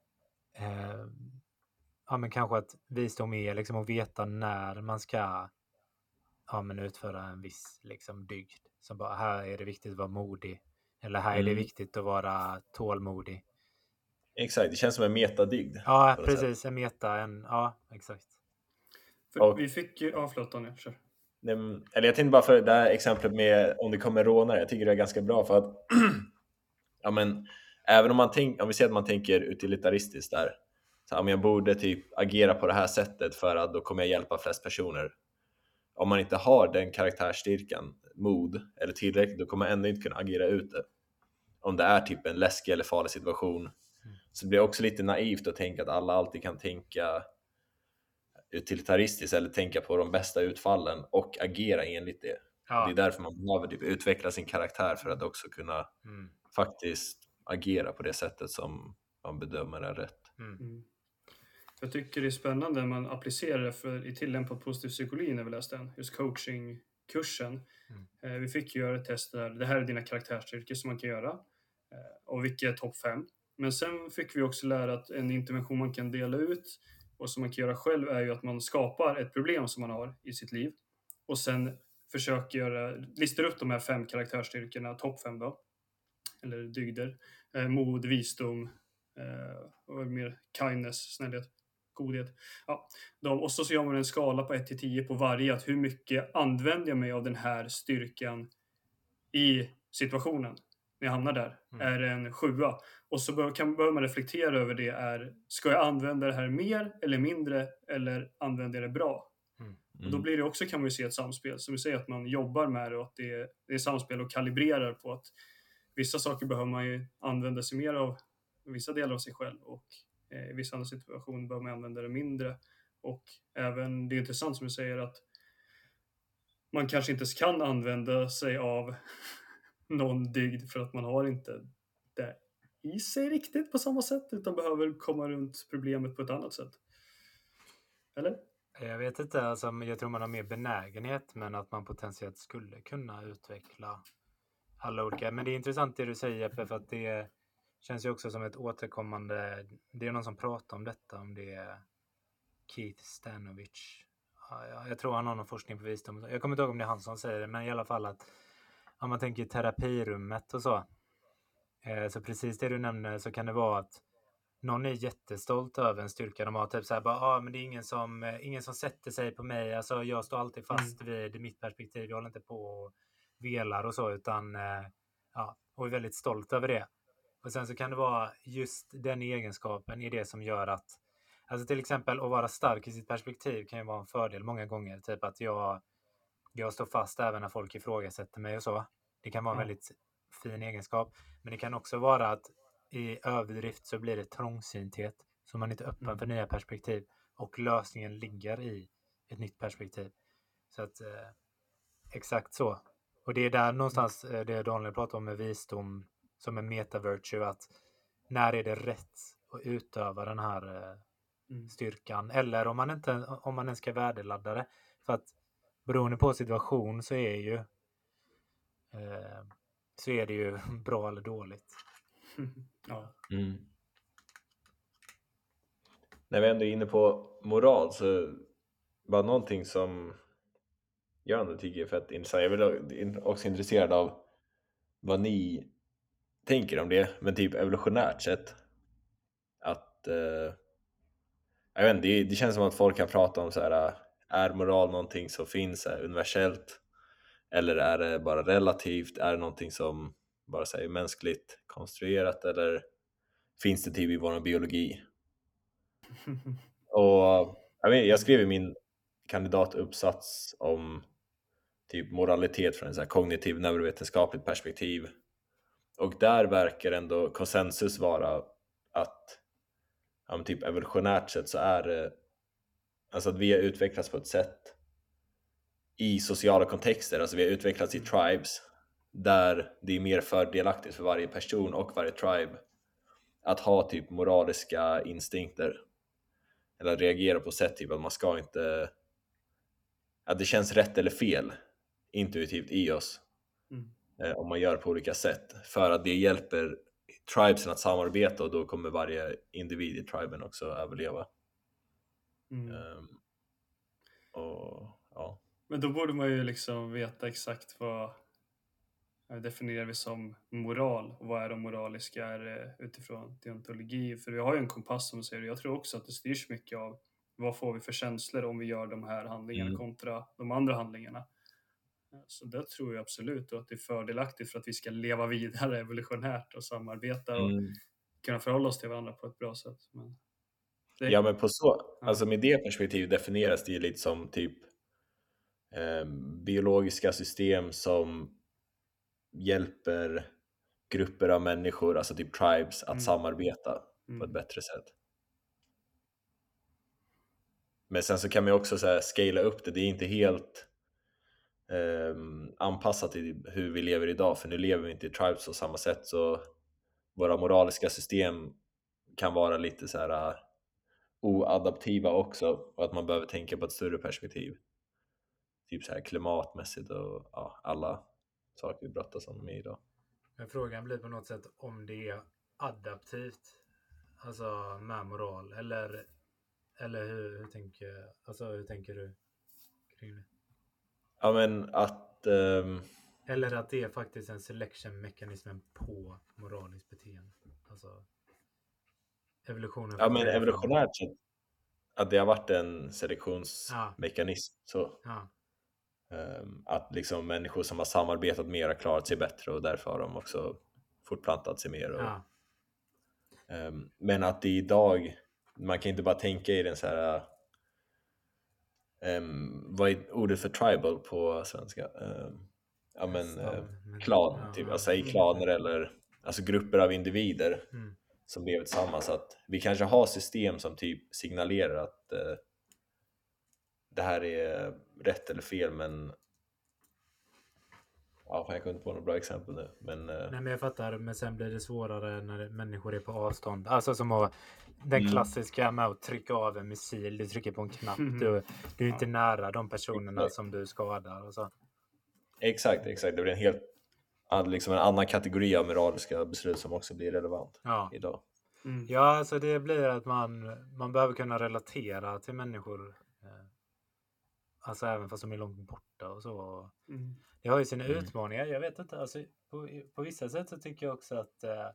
eh, ja, men kanske att visdom är liksom att veta när man ska ja, men utföra en viss liksom dygd. Som bara, här är det viktigt att vara modig. Eller här är det Mm. viktigt att vara tålmodig. Exakt, det känns som en metadygd. Ja, på något sätt. precis. En meta, en, ja, exakt. För Och- vi fick ju, ja förlåt Daniel, kör. Nej, men- Eller jag tänkte bara för det här exemplet med om det kommer rånare, jag tycker det är ganska bra för att ja, men, även om man tänk, om vi säger att man tänker utilitaristiskt där, så om jag borde typ agera på det här sättet för att då kommer jag hjälpa flest personer. Om man inte har den karaktärsstyrkan, mod eller tillräckligt, då kommer man ändå inte kunna agera ut det. Om det är typ en läskig eller farlig situation. Mm. Så det blir också lite naivt att tänka att alla alltid kan tänka utilitaristiskt eller tänka på de bästa utfallen och agera enligt det. Ja. Det är därför man behöver typ utveckla sin karaktär för att också kunna Mm. faktiskt agera på det sättet som man bedömer är rätt. Mm. Mm. Jag tycker det är spännande när man applicerar det för, i tillämpad positiv psykologi när vi läste den, just coachingkursen. Mm. Eh, vi fick göra ett test där, det här är dina karaktärsstyrkor som man kan göra. Eh, och vilka är topp fem. Men sen fick vi också lära att en intervention man kan dela ut och som man kan göra själv är ju att man skapar ett problem som man har i sitt liv. Och sen försöker göra, listar upp de här fem karaktärsstyrkorna, topp fem då. Eller dygder. Eh, mod, visdom, eh, och mer kindness, snällhet, godhet. Ja, de, och så, så gör man en skala på ett till tio på varje. Att hur mycket använder jag mig av den här styrkan i situationen när jag hamnar där? Mm. Är det en sjua? Och så bör, kan, bör man reflektera över det. Är, ska jag använda det här mer eller mindre? Eller använder jag det bra? Och då blir det också, kan man ju se, ett samspel. Som vi säger, att man jobbar med det och att det är, det är samspel och kalibrerar på att vissa saker behöver man ju använda sig mer av, vissa delar av sig själv, och eh, i vissa andra situationer behöver man använda det mindre. Och även, det är intressant som du säger att man kanske inte ens kan använda sig av någon dygd för att man har inte det i sig riktigt på samma sätt, utan behöver komma runt problemet på ett annat sätt. Eller? Jag vet inte, alltså, jag tror man har mer benägenhet, men att man potentiellt skulle kunna utveckla alla olika. Men det är intressant det du säger, Jeppe, för att det känns ju också som ett återkommande, det är någon som pratar om detta, om det är Keith Stanovich. Ja, jag tror han har någon forskning på visdom. Jag kommer inte ihåg om det är han som säger det, men i alla fall att om man tänker terapirummet och så, eh, så precis det du nämner, så kan det vara att någon är jättestolt över en styrka. De har typ så här, bara, ah, men det är ingen som, eh, ingen som sätter sig på mig. Alltså jag står alltid fast mm. vid mitt perspektiv. Jag håller inte på och velar och så, utan eh, ja, och är väldigt stolt över det. Och sen så kan det vara just den egenskapen i det som gör att, alltså till exempel att vara stark i sitt perspektiv kan ju vara en fördel många gånger. Typ att jag, jag står fast även när folk ifrågasätter mig och så. Det kan vara en väldigt fin egenskap. Men det kan också vara att i överdrift så blir det trångsynthet. Så man är inte öppen mm. för nya perspektiv. Och lösningen ligger i ett nytt perspektiv. Så att eh, exakt så. Och det är där någonstans eh, det Daniel pratar om med visdom som en meta-virtue. Att när är det rätt att utöva den här eh, mm. styrkan? Eller om man inte om man ens ska värdeladda det. För att beroende på situation så är ju eh, så är det ju bra eller dåligt. Ja. Mm. När vi ändå är inne på moral, så var någonting som jag ändå tycker är fett intressant. Jag är också intresserad av vad ni tänker om det, men typ evolutionärt sett att eh, jag vet inte, det, det känns som att folk kan prata om så här, är moral någonting som finns är universellt, eller är det bara relativt, är det någonting som bara säger mänskligt konstruerat, eller finns det typ i vår biologi? Och jag, vet, jag skrev i min kandidatuppsats om typ moralitet från en så här kognitiv neurovetenskapligt perspektiv, och där verkar ändå konsensus vara att ja, typ evolutionärt sett så är det alltså att vi har utvecklats på ett sätt i sociala kontexter, alltså vi har utvecklats i tribes där det är mer fördelaktigt för varje person och varje tribe att ha typ moraliska instinkter eller reagera på sätt typ att man ska inte, att det känns rätt eller fel intuitivt i oss. Mm. eh, om man gör på olika sätt, för att det hjälper tribesen att samarbeta och då kommer varje individ i triben också överleva. Mm. um, och ja. Men då borde man ju liksom veta exakt vad definierar vi som moral och vad är de moraliska är utifrån deontologi. För vi har ju en kompass som säger, jag tror också att det styrs mycket av vad får vi för känslor om vi gör de här handlingarna Mm. kontra de andra handlingarna. Så det tror jag absolut att det är fördelaktigt för att vi ska leva vidare evolutionärt och samarbeta och Mm. kunna förhålla oss till varandra på ett bra sätt. Men det... Ja, men på så, Ja. alltså med det perspektivet definieras det ju lite som typ eh, biologiska system som hjälper grupper av människor, alltså typ tribes, att Mm. samarbeta Mm. på ett bättre sätt. Men sen så kan man ju också så här scala upp det, det är inte helt eh, anpassat till hur vi lever idag, för nu lever vi inte i tribes på samma sätt, så våra moraliska system kan vara lite så här uh, oadaptiva också, och att man behöver tänka på ett större perspektiv, typ så här klimatmässigt och ja, alla saker vi brottas om med idag. Men frågan blir på något sätt om det är adaptivt, alltså med moral, eller eller hur, hur tänker alltså hur tänker du kring det? Ja, men att um, eller att det är faktiskt en selection mekanismen på moraliskt beteende, alltså evolutionen. Ja, men evolutionärt sett att det har varit en selektionsmekanism, ja. Så ja. um, att liksom människor som har samarbetat mer har klarat sig bättre och därför har de också fortplantat sig mer och, ja. um, men att det idag, man kan inte bara tänka i den så här um, vad är ordet för tribal på svenska? Um, ja men uh, klan, ja, typ, alltså i klaner eller alltså grupper av individer mm. som lever tillsammans, att vi kanske har system som typ signalerar att uh, det här är rätt eller fel, men ja, jag kunde inte på något bra exempel nu, men uh... nej, men jag fattar, men sen blir det svårare när människor är på avstånd, alltså som att den mm. klassiska med att trycka av en missil, du trycker på en knapp, Mm. du, du är inte nära de personerna exakt. Som du skadar och så. Exakt, exakt, det blir en helt liksom en annan kategori av moraliska beslut som också blir relevant ja. idag. Mm. Ja, alltså det blir att man, man behöver kunna relatera till människor. Eh, alltså även fast de är långt borta och så. Mm. Det har ju sina Mm. utmaningar. Jag vet inte, alltså, på, på vissa sätt så tycker jag också att eh,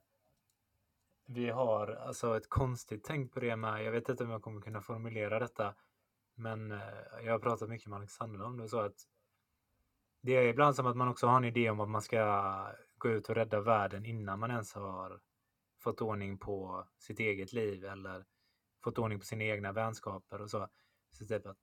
vi har alltså ett konstigt tänk på det med. Jag vet inte om jag kommer kunna formulera detta. Men eh, jag har pratat mycket med Alexander om det. Så att det är ibland som att man också har en idé om att man ska gå ut och rädda världen innan man ens har fått ordning på sitt eget liv eller fått ordning på sina egna vänskaper och så. Så typ att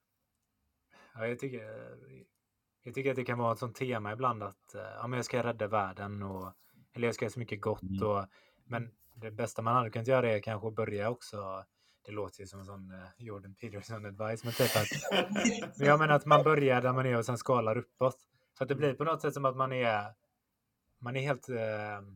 ja, jag tycker jag tycker att det kan vara ett sånt tema ibland att ja, men jag ska rädda världen och eller jag ska göra så mycket gott Mm. och men det bästa man hade kunnat göra är kanske att börja också. Det låter ju som en sån uh, Jordan Peterson advice, men typ att men jag menar att man börjar där man är och sen skalar uppåt. Så att det blir på något sätt som att man är man är helt uh,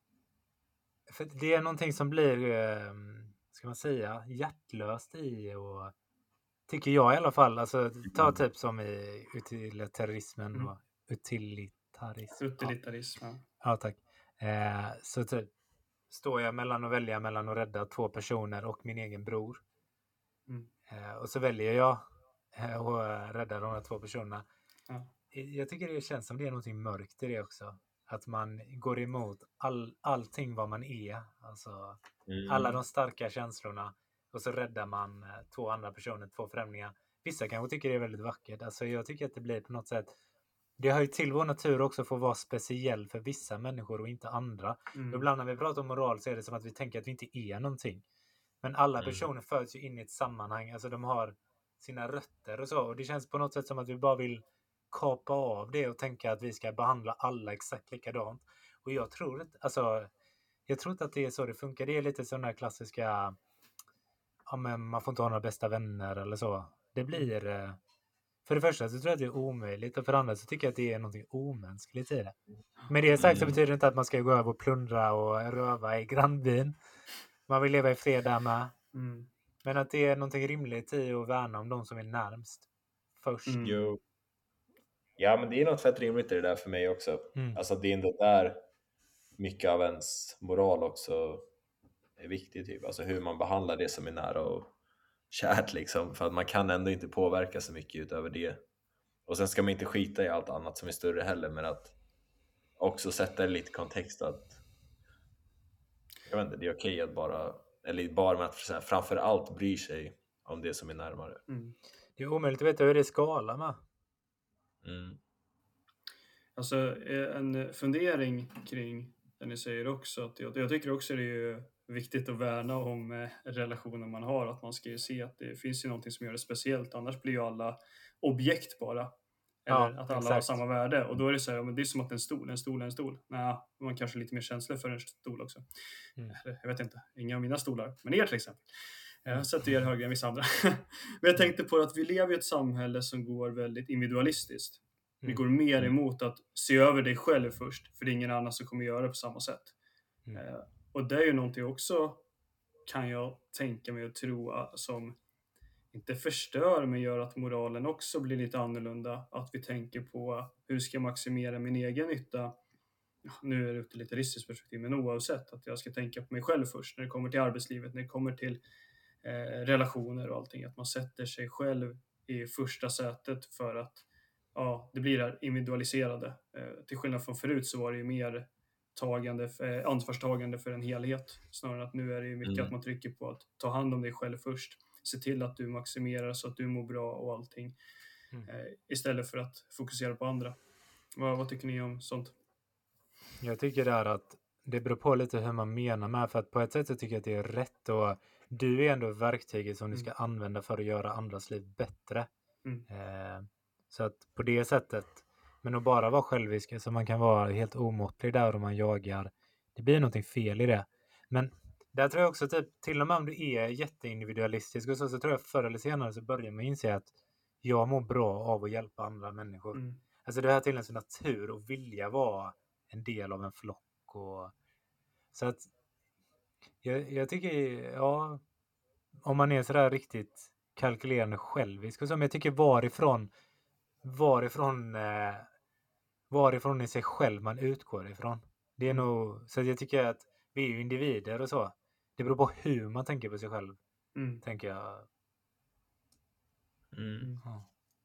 för det är någonting som blir uh, ska man säga hjärtlöst i och tycker jag i alla fall, alltså ta typ som i utilitarismen Mm. och utilitarism. Utilitarism. Ja, ja tack. Eh, så typ står jag mellan att välja mellan att rädda två personer och min egen bror. Mm. Eh, och så väljer jag eh, att rädda de här två personerna. Ja. Jag tycker det känns som det är någonting mörkt i det också. Att man går emot all, allting vad man är. Alltså Mm. alla de starka känslorna. Och så räddar man eh, två andra personer, två främlingar. Vissa kanske tycker det är väldigt vackert. Alltså jag tycker att det blir på något sätt. Det har ju till vår natur också för att vara speciell för vissa människor och inte andra. Mm. Ibland när vi pratar om moral så är det som att vi tänker att vi inte är någonting. Men alla Mm. personer föds ju in i ett sammanhang. Alltså de har sina rötter och så. Och det känns på något sätt som att vi bara vill kapa av det och tänka att vi ska behandla alla exakt likadant. Och jag tror inte, alltså, jag tror inte att det är så det funkar. Det är lite sådana här klassiska, ja men man får inte ha några bästa vänner eller så. Det blir, för det första så tror jag att det är omöjligt och för det andra så tycker jag att det är något omänskligt i det. Men det sagt så Mm. betyder det inte att man ska gå över och plundra och röva i grannbyn. Man vill leva i fred där med. Mm. Men att det är någonting rimligt i att värna om de som är närmst först. Mm. Jo. Ja, men det är något fett rimligt i det där för mig också. Mm. Alltså det är ändå där mycket av ens moral också är viktig typ. Alltså hur man behandlar det som är nära och kärt liksom. För att man kan ändå inte påverka så mycket utöver det. Och sen ska man inte skita i allt annat som är större heller, men att också sätta det lite kontext att jag vet inte, det är okej att bara, eller bara med att så här, framför allt bryr sig om det som är närmare. Mm. Det är omöjligt att veta hur det skalar med. Mm. Alltså eh, en fundering kring det ni säger också, att jag, jag tycker också det är viktigt att värna om eh, relationer man har, att man ska ju se att det finns ju någonting som gör det speciellt, annars blir ju alla objekt bara. Eller Ja, att alla exakt. har samma värde, och då är det så här, ja, men det är som att en stol, en stol är en stol. Nej, man kanske lite mer känsla för en stol också. Mm. Eller, jag vet inte, inga av mina stolar, men er till exempel. Jag sätter er högre än vissa andra. Men jag tänkte på att vi lever i ett samhälle som går väldigt individualistiskt. Vi Mm. går mer emot att se över dig själv först, för det är ingen annan som kommer göra det på samma sätt. Mm. Eh, och det är ju någonting också, kan jag tänka mig och tro, ah, som inte förstör, men gör att moralen också blir lite annorlunda. Att vi tänker på hur ska jag maximera min egen nytta. Ja, nu är det utilitaristiskt perspektiv, men oavsett, att jag ska tänka på mig själv först när det kommer till arbetslivet, när det kommer till eh, relationer och allting. Att man sätter sig själv i första sätet, för att ja, det blir det individualiserade. Eh, till skillnad från förut så var det ju mer tagande, eh, ansvarstagande för en helhet. Snarare att nu är det ju mycket Mm. att man trycker på att ta hand om dig själv först. Se till att du maximerar så att du mår bra och allting. Mm. Eh, istället för att fokusera på andra. Vad, vad tycker ni om sånt? Jag tycker där att det beror på lite hur man menar med. För att på ett sätt så tycker jag att det är rätt. Och du är ändå verktyget som du ska använda för att göra andras liv bättre. Mm. Eh, så att på det sättet. Men att bara vara självisk. Så man kan vara helt omåttlig där och man jagar. Det blir någonting fel i det. Men där tror jag också typ, till och med om du är jätteindividualistisk och så, så tror jag förr eller senare så börjar man inse att jag mår bra av att hjälpa andra människor. Mm. Alltså det här till ens natur och vilja vara en del av en flock. Och, så att jag, jag tycker, ja, om man är sådär riktigt kalkylerande självisk och så, men jag tycker varifrån varifrån eh, varifrån i sig själv man utgår ifrån. Det är nog, så att jag tycker att vi är ju individer och så. Det beror på hur man tänker på sig själv, Mm. tänker jag. Mm. Ja.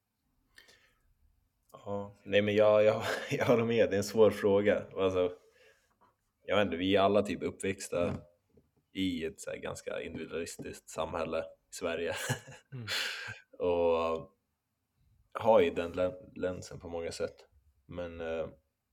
Ja, nej men jag, jag, jag håller med, det är en svår fråga. Alltså, jag vet inte, vi är alla typ uppväxta i ett så här ganska individualistiskt samhälle i Sverige. Mm. Och har ju den länsen på många sätt. Men eh,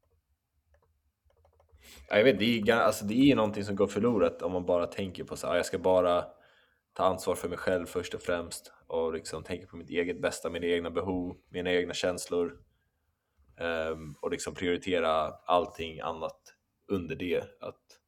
jag vet, det är, ga- alltså, det är någonting som går förlorat om man bara tänker på så här, jag ska bara ta ansvar för mig själv först och främst och liksom tänka på mitt eget bästa, mina egna behov, mina egna känslor, ehm, och liksom prioritera allting annat under det. Att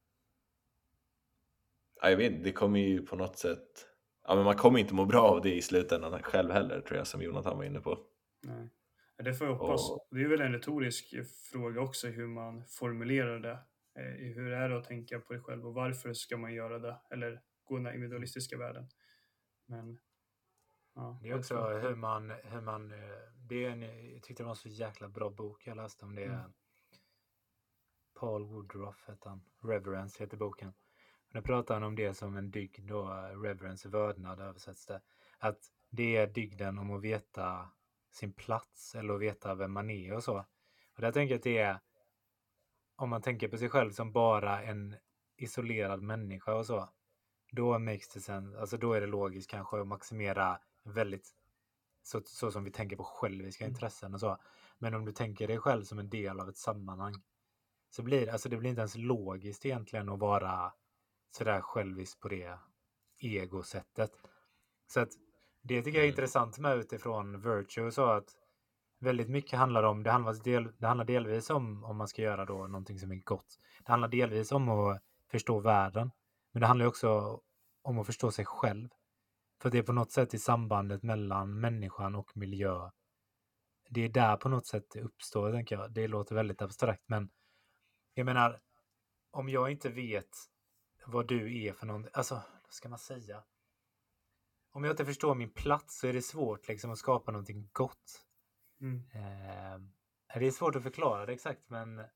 ja, jag vet, det kommer ju på något sätt, ja, men man kommer inte må bra av det i slutändan själv heller, tror jag, som Jonathan var inne på. Nej. Ja, det får jag hoppas. Och- Det är väl en retorisk fråga också, hur man formulerar det. Eh, Hur är det att tänka på dig själv och varför ska man göra det? Eller gå den här individualistiska världen. Men ja, Det är också hur man, hur man eh, det är en, jag tyckte det var en så jäkla bra bok jag läste om det. Mm. Paul Woodruff heter han. Reverence heter boken. Och då pratar han om det som en dygd då, reverence, vördnad översätts det. Att det är dygden om att veta sin plats eller att veta vem man är och så. Och där tänker jag att det är, om man tänker på sig själv som bara en isolerad människa och så, då makes det sense, alltså då är det logiskt kanske att maximera väldigt så, så som vi tänker på själviska Mm. intressen och så. Men om du tänker dig själv som en del av ett sammanhang, så blir alltså det blir inte ens logiskt egentligen att vara sådär självisk på det egosättet. Så att det tycker jag är Mm. intressant med utifrån Virtue och så, att väldigt mycket handlar om, det handlar, del, det handlar delvis om om man ska göra då någonting som är gott. Det handlar delvis om att förstå världen, men det handlar också om att förstå sig själv. För det är på något sätt i sambandet mellan människan och miljö. Det är där på något sätt det uppstår, tänker jag. Det låter väldigt abstrakt, men jag menar, om jag inte vet vad du är för någon, alltså, vad ska man säga? Om jag inte förstår min plats så är det svårt liksom att skapa någonting gott. Mm. Eh, det är svårt att förklara det exakt, men eh,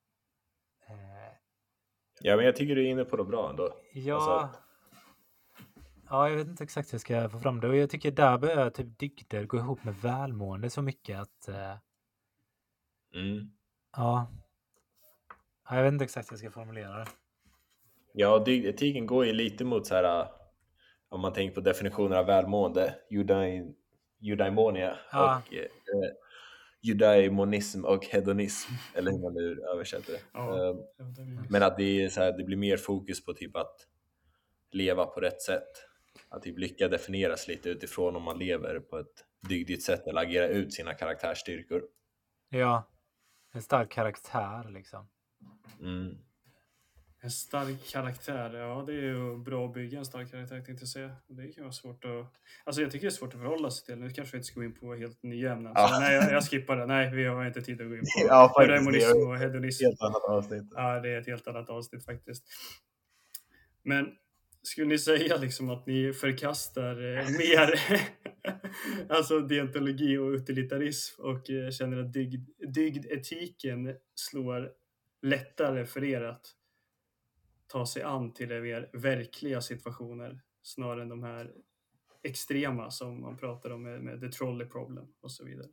Ja, men jag tycker du är inne på det bra ändå. ja, Alltså, ja, jag vet inte exakt hur jag ska få fram det. Och jag tycker där börjar typ dygder gå ihop med välmående så mycket att eh, mm. ja, Ja, jag vet inte exakt hur jag ska formulera det. Ja, dygdetiken går ju lite mot så här, om man tänker på definitioner av välmående, eudaim- eudaimonia Ja. och eh, eudaimonism och hedonism, eller hur man nu översätter det. Ja. Eh, Ja, det är- Men att det, är så här, det blir mer fokus på typ att leva på rätt sätt. Att typ lycka definieras lite utifrån om man lever på ett dygdigt sätt eller agerar ut sina karaktärsstyrkor. Ja, en stark karaktär liksom. Mm. En stark karaktär, ja det är ju bra att bygga en stark karaktär, tänkte jag säga. Det kan vara svårt att... Alltså jag tycker det är svårt att förhålla sig till. Nu kanske vi inte ska gå in på helt nya ämnen. Ja. Så nej, jag, jag skippar det. Nej, vi har inte tid att gå in på Ja, faktiskt, eudaimonism det är och hedonism. Helt annat avsnitt. Ja, det är ett helt annat avsnitt faktiskt. Men skulle ni säga liksom att ni förkastar eh, mer alltså deontologi och utilitarism och eh, känner att dygd, dygdetiken slår lättare för er att ta sig an till de mer verkliga situationer snarare än de här extrema som man pratar om med, med the trolley problem och så vidare.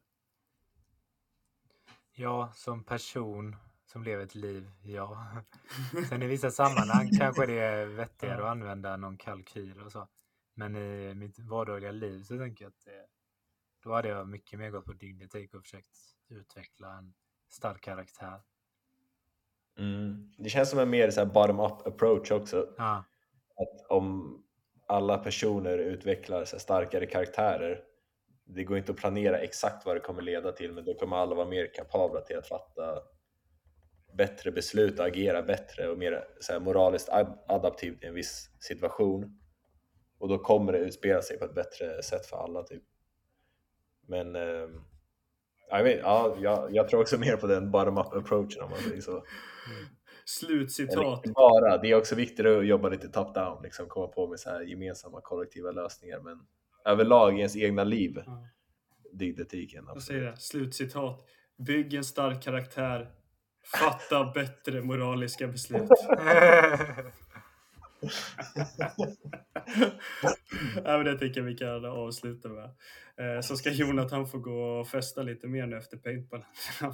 Ja, som person som lever ett liv, ja. Sen i vissa sammanhang kanske det är vettigare Ja. att använda någon kalkyl och så. Men i mitt vardagliga liv så tänker jag att det, då hade jag mycket mer gått på dygnetik och försökt utveckla en stark karaktär. Mm. Det känns som en mer så här bottom-up approach också. Ja, Att om alla personer utvecklar så här starkare karaktärer, det går inte att planera exakt vad det kommer leda till, men då kommer alla vara mer kapabla till att fatta bättre beslut och agera bättre och mer så här moraliskt ad- adaptivt i en viss situation, och då kommer det utspela sig på ett bättre sätt för alla typ. Men eh, jag, vet, ja, jag, jag tror också mer på den bottom-up approachen, om man säger så. Eller Slutcitat. inte bara, det är också viktigt att jobba lite top-down, liksom komma på med så här gemensamma kollektiva lösningar, men överlag i ens egna liv, Ja. dygdetiken. Jag säger det. Slutcitat. Bygg en stark karaktär. Fatta bättre moraliska beslut. Ja, men det tycker jag vi kan avsluta med. Eh, så ska Jonathan få gå och festa lite mer nu efter paintballen. Ja.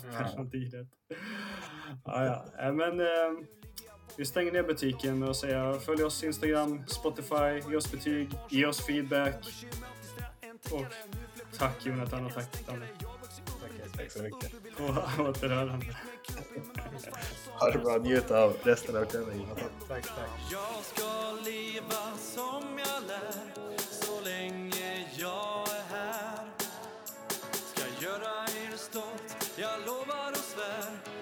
Ja, ja. Men eh, vi stänger ner butiken med att säga följ oss på Instagram, Spotify, ge oss betyg, ge oss feedback. Och tack Jonathan och tack Danne. Tack så mycket. På återhörande. Ha det bra, njut av resten av kvällen. tack, tack. Jag ska leva som jag lär så länge jag är här. Ska göra er stolt, jag lovar och svär.